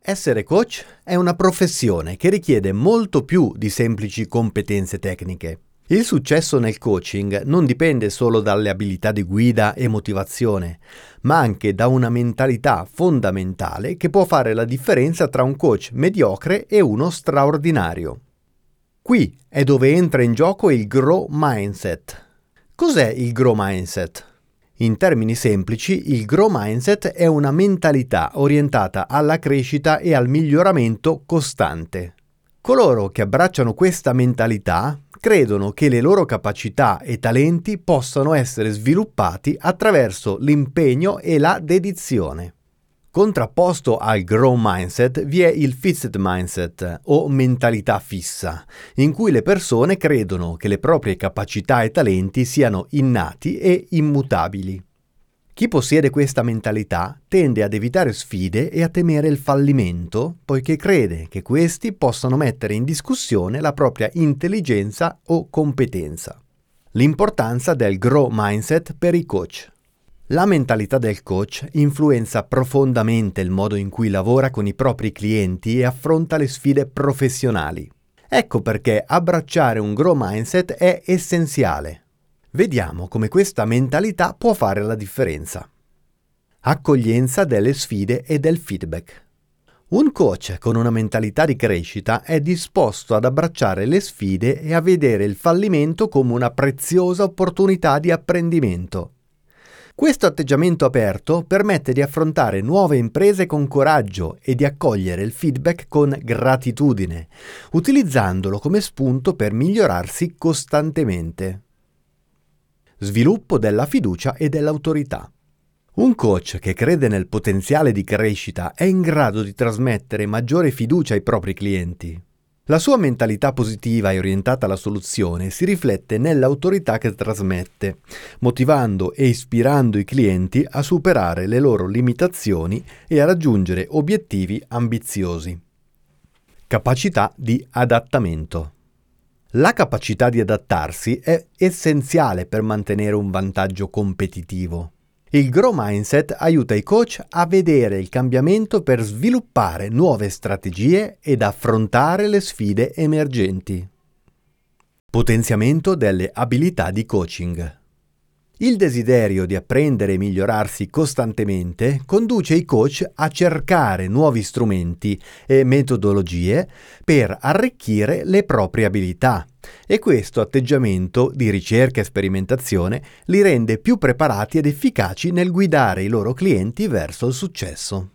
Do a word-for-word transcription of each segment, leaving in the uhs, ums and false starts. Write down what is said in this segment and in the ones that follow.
Essere coach è una professione che richiede molto più di semplici competenze tecniche. Il successo nel coaching non dipende solo dalle abilità di guida e motivazione, ma anche da una mentalità fondamentale che può fare la differenza tra un coach mediocre e uno straordinario. Qui è dove entra in gioco il Grow Mindset. Cos'è il Grow Mindset? In termini semplici, il Grow Mindset è una mentalità orientata alla crescita e al miglioramento costante. Coloro che abbracciano questa mentalità credono che le loro capacità e talenti possano essere sviluppati attraverso l'impegno e la dedizione. Contrapposto al Grow Mindset vi è il Fixed Mindset o mentalità fissa, in cui le persone credono che le proprie capacità e talenti siano innati e immutabili. Chi possiede questa mentalità tende ad evitare sfide e a temere il fallimento, poiché crede che questi possano mettere in discussione la propria intelligenza o competenza. L'importanza del Grow Mindset per i coach. La mentalità del coach influenza profondamente il modo in cui lavora con i propri clienti e affronta le sfide professionali. Ecco perché abbracciare un Grow Mindset è essenziale. Vediamo come questa mentalità può fare la differenza. Accoglienza delle sfide e del feedback. Un coach con una mentalità di crescita è disposto ad abbracciare le sfide e a vedere il fallimento come una preziosa opportunità di apprendimento. Questo atteggiamento aperto permette di affrontare nuove imprese con coraggio e di accogliere il feedback con gratitudine, utilizzandolo come spunto per migliorarsi costantemente. Sviluppo della fiducia e dell'autorità. Un coach che crede nel potenziale di crescita è in grado di trasmettere maggiore fiducia ai propri clienti. La sua mentalità positiva e orientata alla soluzione si riflette nell'autorità che trasmette, motivando e ispirando i clienti a superare le loro limitazioni e a raggiungere obiettivi ambiziosi. Capacità di adattamento. La capacità di adattarsi è essenziale per mantenere un vantaggio competitivo. Il Grow Mindset aiuta i coach a vedere il cambiamento per sviluppare nuove strategie ed affrontare le sfide emergenti. Potenziamento delle abilità di coaching. Il desiderio di apprendere e migliorarsi costantemente conduce i coach a cercare nuovi strumenti e metodologie per arricchire le proprie abilità. E questo atteggiamento di ricerca e sperimentazione li rende più preparati ed efficaci nel guidare i loro clienti verso il successo.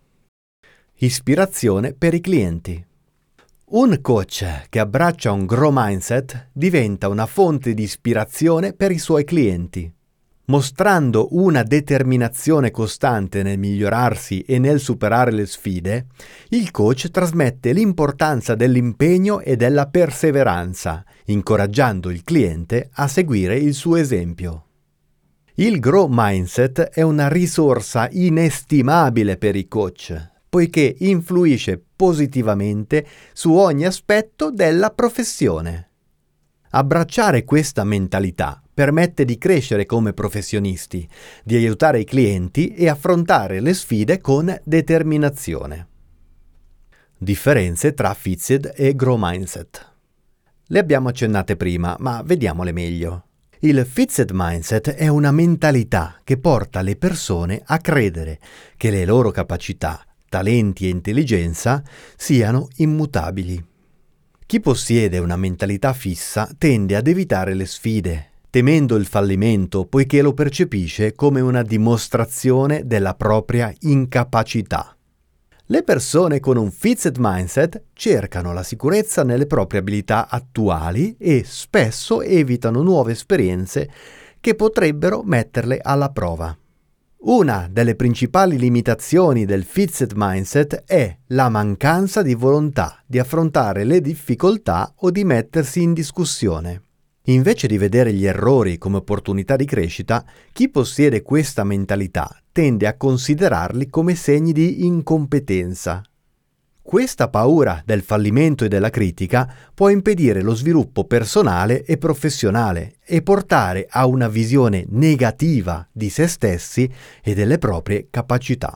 Ispirazione per i clienti. Un coach che abbraccia un Grow Mindset diventa una fonte di ispirazione per i suoi clienti. Mostrando una determinazione costante nel migliorarsi e nel superare le sfide, il coach trasmette l'importanza dell'impegno e della perseveranza, incoraggiando il cliente a seguire il suo esempio. Il Grow Mindset è una risorsa inestimabile per i coach, poiché influisce positivamente su ogni aspetto della professione. Abbracciare questa mentalità permette di crescere come professionisti, di aiutare i clienti e affrontare le sfide con determinazione. Differenze tra Fixed e Grow Mindset. Le abbiamo accennate prima, ma vediamole meglio. Il Fixed Mindset è una mentalità che porta le persone a credere che le loro capacità, talenti e intelligenza siano immutabili. Chi possiede una mentalità fissa tende ad evitare le sfide, temendo il fallimento poiché lo percepisce come una dimostrazione della propria incapacità. Le persone con un Fixed Mindset cercano la sicurezza nelle proprie abilità attuali e spesso evitano nuove esperienze che potrebbero metterle alla prova. Una delle principali limitazioni del Fixed Mindset è la mancanza di volontà di affrontare le difficoltà o di mettersi in discussione. Invece di vedere gli errori come opportunità di crescita, chi possiede questa mentalità tende a considerarli come segni di incompetenza. Questa paura del fallimento e della critica può impedire lo sviluppo personale e professionale e portare a una visione negativa di se stessi e delle proprie capacità.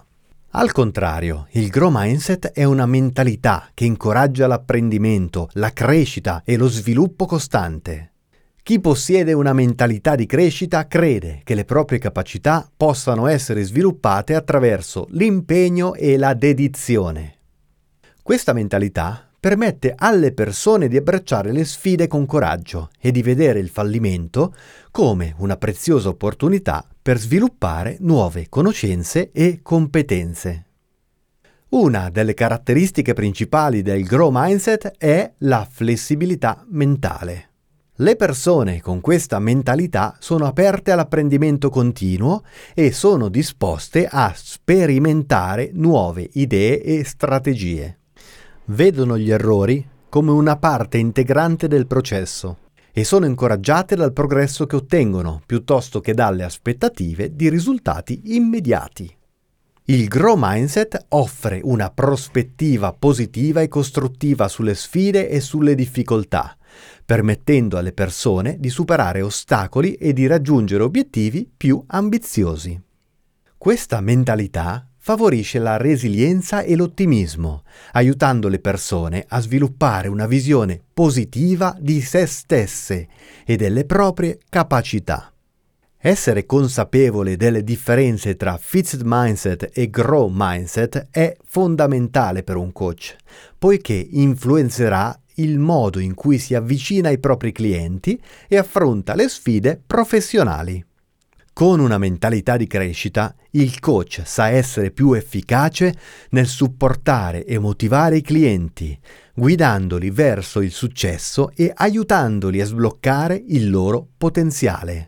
Al contrario, il Grow Mindset è una mentalità che incoraggia l'apprendimento, la crescita e lo sviluppo costante. Chi possiede una mentalità di crescita crede che le proprie capacità possano essere sviluppate attraverso l'impegno e la dedizione. Questa mentalità permette alle persone di abbracciare le sfide con coraggio e di vedere il fallimento come una preziosa opportunità per sviluppare nuove conoscenze e competenze. Una delle caratteristiche principali del Grow Mindset è la flessibilità mentale. Le persone con questa mentalità sono aperte all'apprendimento continuo e sono disposte a sperimentare nuove idee e strategie. Vedono gli errori come una parte integrante del processo e sono incoraggiate dal progresso che ottengono piuttosto che dalle aspettative di risultati immediati. Il Grow Mindset offre una prospettiva positiva e costruttiva sulle sfide e sulle difficoltà, permettendo alle persone di superare ostacoli e di raggiungere obiettivi più ambiziosi. Questa mentalità favorisce la resilienza e l'ottimismo, aiutando le persone a sviluppare una visione positiva di se stesse e delle proprie capacità. Essere consapevole delle differenze tra Fixed Mindset e Grow Mindset è fondamentale per un coach, poiché influenzerà il modo in cui si avvicina ai propri clienti e affronta le sfide professionali. Con una mentalità di crescita, il coach sa essere più efficace nel supportare e motivare i clienti, guidandoli verso il successo e aiutandoli a sbloccare il loro potenziale.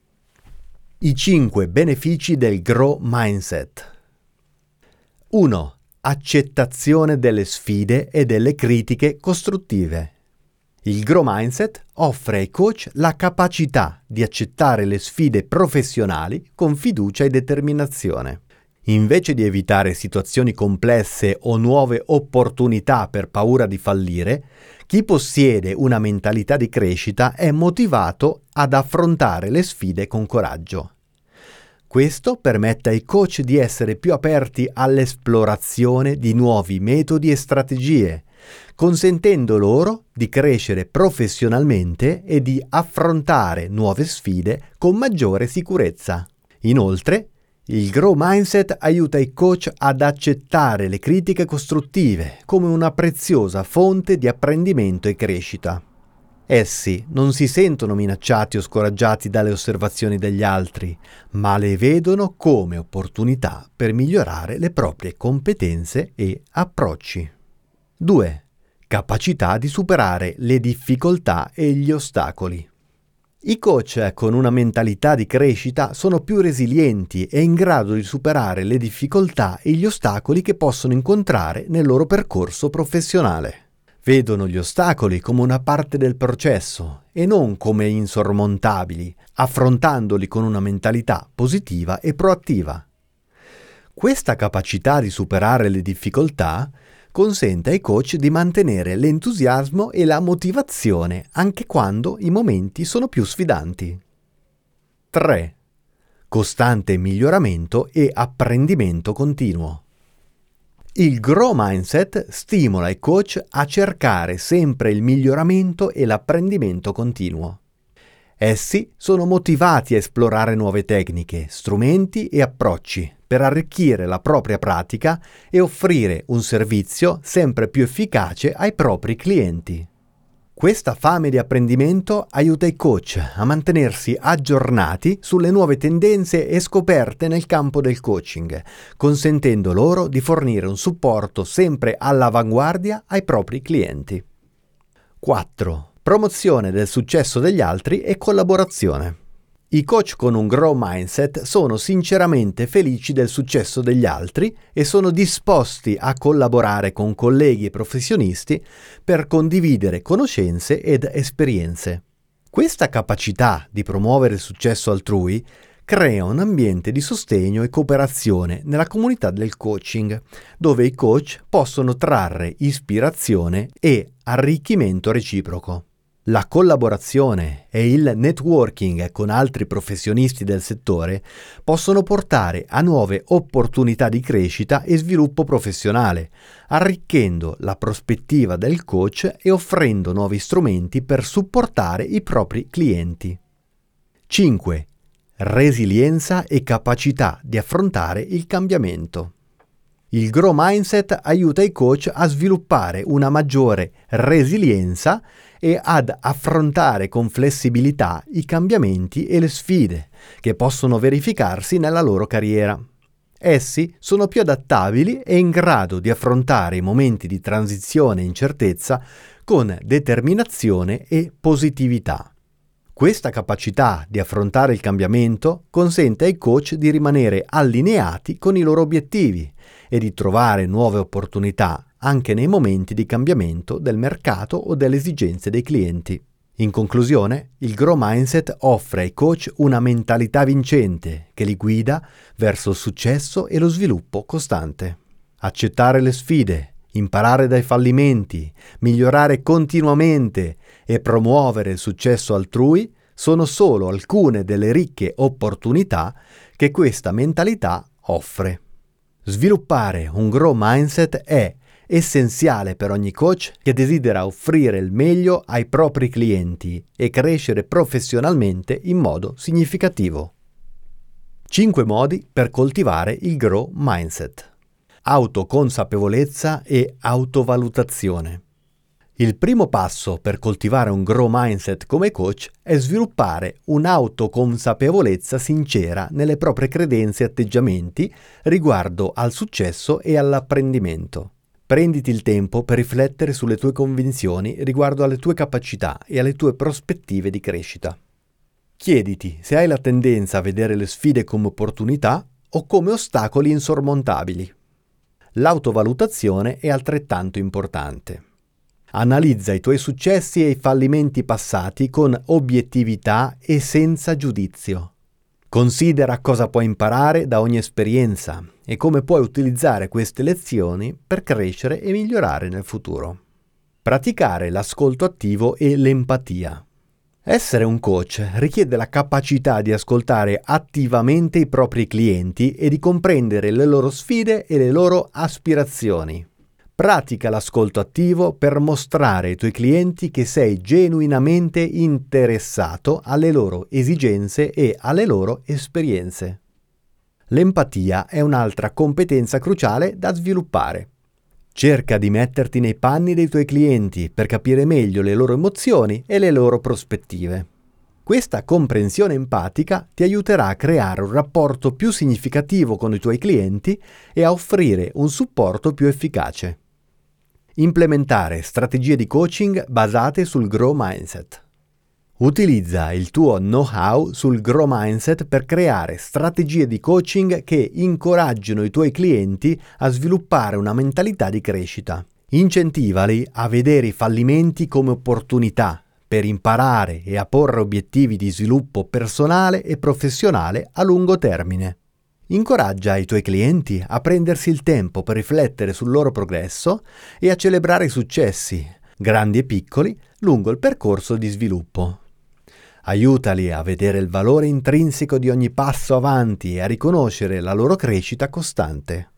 I cinque benefici del Grow Mindset. uno. Accettazione delle sfide e delle critiche costruttive. Il Grow Mindset offre ai coach la capacità di accettare le sfide professionali con fiducia e determinazione. Invece di evitare situazioni complesse o nuove opportunità per paura di fallire, chi possiede una mentalità di crescita è motivato ad affrontare le sfide con coraggio. Questo permette ai coach di essere più aperti all'esplorazione di nuovi metodi e strategie, consentendo loro di crescere professionalmente e di affrontare nuove sfide con maggiore sicurezza. Inoltre, il Grow Mindset aiuta i coach ad accettare le critiche costruttive come una preziosa fonte di apprendimento e crescita. Essi non si sentono minacciati o scoraggiati dalle osservazioni degli altri, ma le vedono come opportunità per migliorare le proprie competenze e approcci. due. Capacità di superare le difficoltà e gli ostacoli. I coach con una mentalità di crescita sono più resilienti e in grado di superare le difficoltà e gli ostacoli che possono incontrare nel loro percorso professionale. Vedono gli ostacoli come una parte del processo e non come insormontabili, affrontandoli con una mentalità positiva e proattiva. Questa capacità di superare le difficoltà consente ai coach di mantenere l'entusiasmo e la motivazione anche quando i momenti sono più sfidanti. tre. Costante miglioramento e apprendimento continuo. Il Grow Mindset stimola i coach a cercare sempre il miglioramento e l'apprendimento continuo. Essi sono motivati a esplorare nuove tecniche, strumenti e approcci per arricchire la propria pratica e offrire un servizio sempre più efficace ai propri clienti. Questa fame di apprendimento aiuta i coach a mantenersi aggiornati sulle nuove tendenze e scoperte nel campo del coaching, consentendo loro di fornire un supporto sempre all'avanguardia ai propri clienti. quattro. Promozione del successo degli altri e collaborazione. I coach con un Grow Mindset sono sinceramente felici del successo degli altri e sono disposti a collaborare con colleghi e professionisti per condividere conoscenze ed esperienze. Questa capacità di promuovere il successo altrui crea un ambiente di sostegno e cooperazione nella comunità del coaching, dove i coach possono trarre ispirazione e arricchimento reciproco. La collaborazione e il networking con altri professionisti del settore possono portare a nuove opportunità di crescita e sviluppo professionale, arricchendo la prospettiva del coach e offrendo nuovi strumenti per supportare i propri clienti. cinque. Resilienza e capacità di affrontare il cambiamento. Il Grow Mindset aiuta i coach a sviluppare una maggiore resilienza e ad affrontare con flessibilità i cambiamenti e le sfide che possono verificarsi nella loro carriera. Essi sono più adattabili e in grado di affrontare i momenti di transizione e incertezza con determinazione e positività. Questa capacità di affrontare il cambiamento consente ai coach di rimanere allineati con i loro obiettivi e di trovare nuove opportunità anche nei momenti di cambiamento del mercato o delle esigenze dei clienti. In conclusione, il Grow Mindset offre ai coach una mentalità vincente che li guida verso il successo e lo sviluppo costante. Accettare le sfide, imparare dai fallimenti, migliorare continuamente e promuovere il successo altrui sono solo alcune delle ricche opportunità che questa mentalità offre. Sviluppare un Grow Mindset è essenziale per ogni coach che desidera offrire il meglio ai propri clienti e crescere professionalmente in modo significativo. cinque modi per coltivare il Grow Mindset. Autoconsapevolezza e autovalutazione. Il primo passo per coltivare un Grow Mindset come coach è sviluppare un'autoconsapevolezza sincera nelle proprie credenze e atteggiamenti riguardo al successo e all'apprendimento. Prenditi il tempo per riflettere sulle tue convinzioni riguardo alle tue capacità e alle tue prospettive di crescita. Chiediti se hai la tendenza a vedere le sfide come opportunità o come ostacoli insormontabili. L'autovalutazione è altrettanto importante. Analizza i tuoi successi e i fallimenti passati con obiettività e senza giudizio. Considera cosa puoi imparare da ogni esperienza e come puoi utilizzare queste lezioni per crescere e migliorare nel futuro. Praticare l'ascolto attivo e l'empatia. Essere un coach richiede la capacità di ascoltare attivamente i propri clienti e di comprendere le loro sfide e le loro aspirazioni. Pratica l'ascolto attivo per mostrare ai tuoi clienti che sei genuinamente interessato alle loro esigenze e alle loro esperienze. L'empatia è un'altra competenza cruciale da sviluppare. Cerca di metterti nei panni dei tuoi clienti per capire meglio le loro emozioni e le loro prospettive. Questa comprensione empatica ti aiuterà a creare un rapporto più significativo con i tuoi clienti e a offrire un supporto più efficace. Implementare strategie di coaching basate sul Grow Mindset. Utilizza il tuo know-how sul Grow Mindset per creare strategie di coaching che incoraggino i tuoi clienti a sviluppare una mentalità di crescita. Incentivali a vedere i fallimenti come opportunità per imparare e a porre obiettivi di sviluppo personale e professionale a lungo termine. Incoraggia i tuoi clienti a prendersi il tempo per riflettere sul loro progresso e a celebrare i successi, grandi e piccoli, lungo il percorso di sviluppo. Aiutali a vedere il valore intrinseco di ogni passo avanti e a riconoscere la loro crescita costante.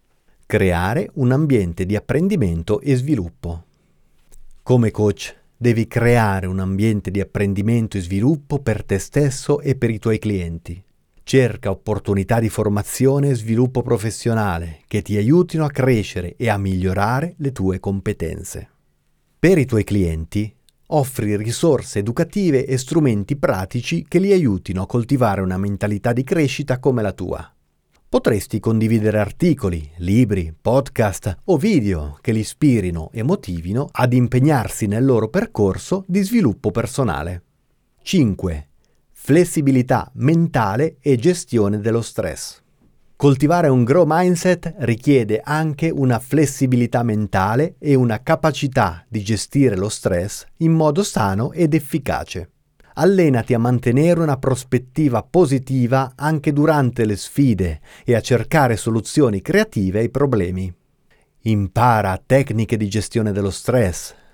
Creare un ambiente di apprendimento e sviluppo. Come coach, devi creare un ambiente di apprendimento e sviluppo per te stesso e per i tuoi clienti. Cerca opportunità di formazione e sviluppo professionale che ti aiutino a crescere e a migliorare le tue competenze. Per i tuoi clienti, offri risorse educative e strumenti pratici che li aiutino a coltivare una mentalità di crescita come la tua. Potresti condividere articoli, libri, podcast o video che li ispirino e motivino ad impegnarsi nel loro percorso di sviluppo personale. cinque. Flessibilità mentale e gestione dello stress. Coltivare un Grow Mindset richiede anche una flessibilità mentale e una capacità di gestire lo stress in modo sano ed efficace. Allenati a mantenere una prospettiva positiva anche durante le sfide e a cercare soluzioni creative ai problemi. Impara tecniche di gestione dello stress,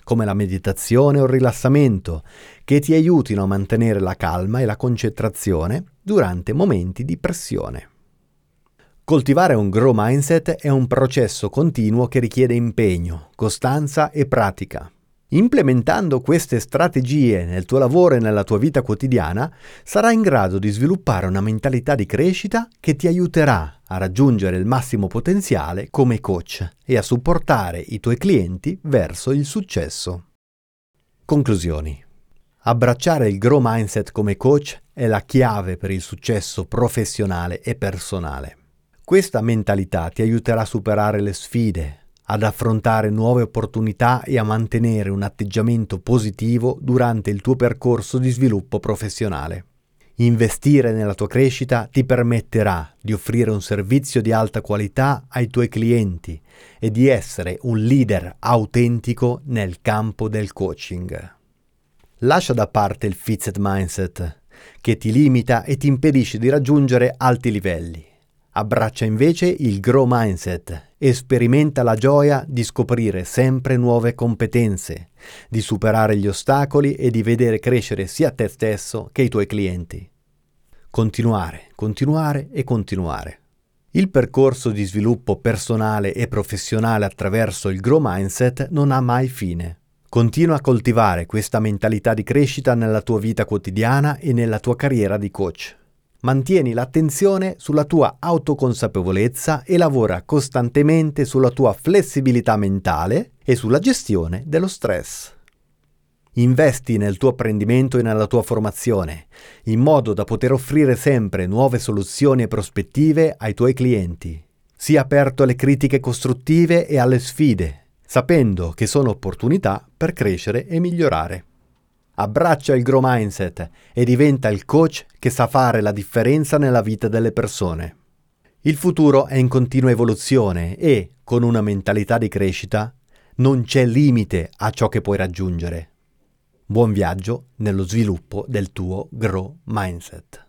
come la meditazione o il rilassamento, che ti aiutino a mantenere la calma e la concentrazione durante momenti di pressione. Coltivare un Grow Mindset è un processo continuo che richiede impegno, costanza e pratica. Implementando queste strategie nel tuo lavoro e nella tua vita quotidiana, sarai in grado di sviluppare una mentalità di crescita che ti aiuterà a raggiungere il massimo potenziale come coach e a supportare i tuoi clienti verso il successo. Conclusioni. Abbracciare il Grow Mindset come coach è la chiave per il successo professionale e personale. Questa mentalità ti aiuterà a superare le sfide, ad affrontare nuove opportunità e a mantenere un atteggiamento positivo durante il tuo percorso di sviluppo professionale. Investire nella tua crescita ti permetterà di offrire un servizio di alta qualità ai tuoi clienti e di essere un leader autentico nel campo del coaching. Lascia da parte il fixed mindset, che ti limita e ti impedisce di raggiungere alti livelli. Abbraccia invece il Grow Mindset e sperimenta la gioia di scoprire sempre nuove competenze, di superare gli ostacoli e di vedere crescere sia te stesso che i tuoi clienti. Continuare, continuare e continuare. Il percorso di sviluppo personale e professionale attraverso il Grow Mindset non ha mai fine. Continua a coltivare questa mentalità di crescita nella tua vita quotidiana e nella tua carriera di coach. Mantieni l'attenzione sulla tua autoconsapevolezza e lavora costantemente sulla tua flessibilità mentale e sulla gestione dello stress. Investi nel tuo apprendimento e nella tua formazione, in modo da poter offrire sempre nuove soluzioni e prospettive ai tuoi clienti. Sii aperto alle critiche costruttive e alle sfide, sapendo che sono opportunità per crescere e migliorare. Abbraccia il Grow Mindset e diventa il coach che sa fare la differenza nella vita delle persone. Il futuro è in continua evoluzione e, con una mentalità di crescita, non c'è limite a ciò che puoi raggiungere. Buon viaggio nello sviluppo del tuo Grow Mindset.